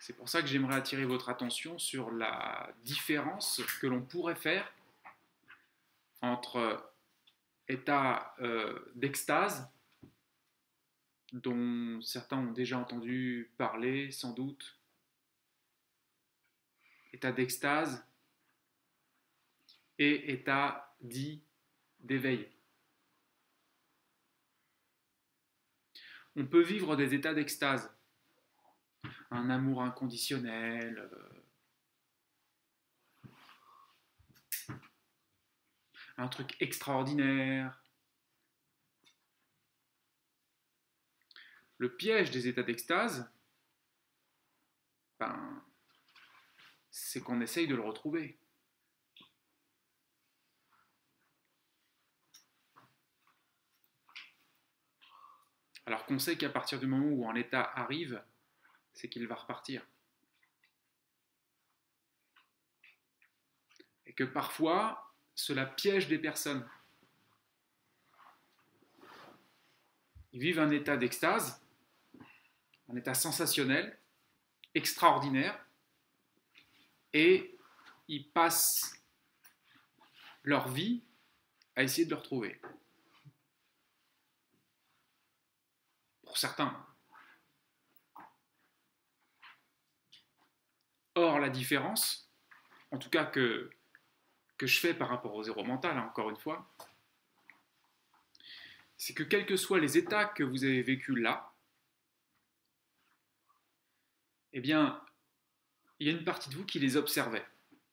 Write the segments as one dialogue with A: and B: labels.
A: C'est pour ça que j'aimerais attirer votre attention sur la différence que l'on pourrait faire entre état d'extase, dont certains ont déjà entendu parler sans doute, état d'extase et état dit d'éveil. On peut vivre des états d'extase, un amour inconditionnel, un truc extraordinaire. Le piège des états d'extase, c'est qu'on essaye de le retrouver. Alors qu'on sait qu'à partir du moment où un état arrive, c'est qu'il va repartir. Et que parfois, cela piège des personnes. Ils vivent un état d'extase, un état sensationnel, extraordinaire, et ils passent leur vie à essayer de le retrouver. Pour certains. Or, la différence, en tout cas que je fais par rapport au zéro mental, encore une fois, c'est que quels que soient les états que vous avez vécus là, eh bien, il y a une partie de vous qui les observait.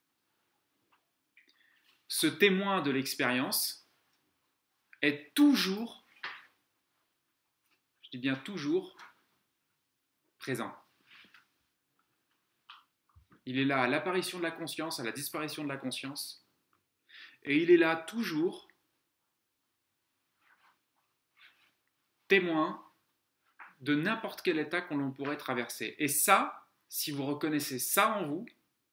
A: Ce témoin de l'expérience est toujours, je dis bien toujours, présent. Il est là à l'apparition de la conscience, à la disparition de la conscience, et il est là toujours témoin de n'importe quel état qu'on l'on pourrait traverser. Et ça, si vous reconnaissez ça en vous,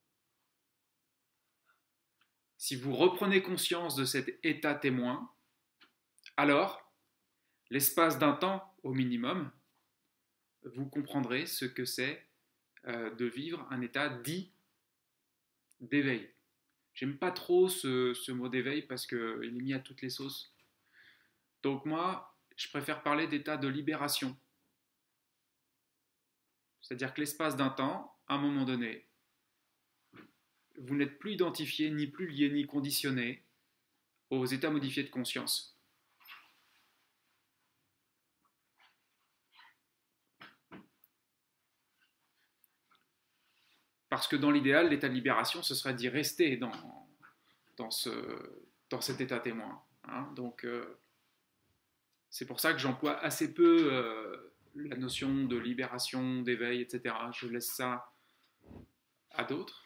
A: si vous reprenez conscience de cet état témoin, alors, l'espace d'un temps au minimum, vous comprendrez ce que c'est de vivre un état dit d'éveil. J'aime pas trop ce mot d'éveil parce qu'il est mis à toutes les sauces. Donc moi, je préfère parler d'état de libération. C'est-à-dire que l'espace d'un temps, à un moment donné, vous n'êtes plus identifié, ni plus lié, ni conditionné aux états modifiés de conscience. Parce que dans l'idéal, l'état de libération, ce serait d'y rester dans cet état témoin. Hein. Donc, c'est pour ça que j'emploie assez peu la notion de libération, d'éveil, etc. Je laisse ça à d'autres.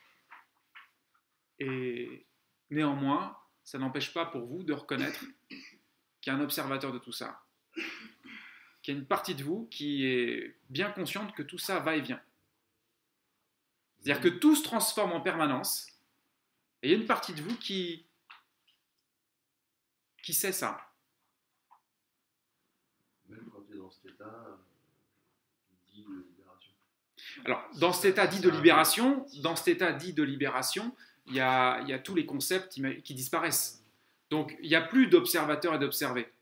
A: Et néanmoins, ça n'empêche pas pour vous de reconnaître qu'il y a un observateur de tout ça. Qu'il y a une partie de vous qui est bien consciente que tout ça va et vient. C'est-à-dire que tout se transforme en permanence, et il y a une partie de vous qui sait ça.
B: Même quand tu es dans cet état dit de libération.
A: Alors, dans cet état dit de libération, il y a tous les concepts qui disparaissent. Donc, il n'y a plus d'observateur et d'observé.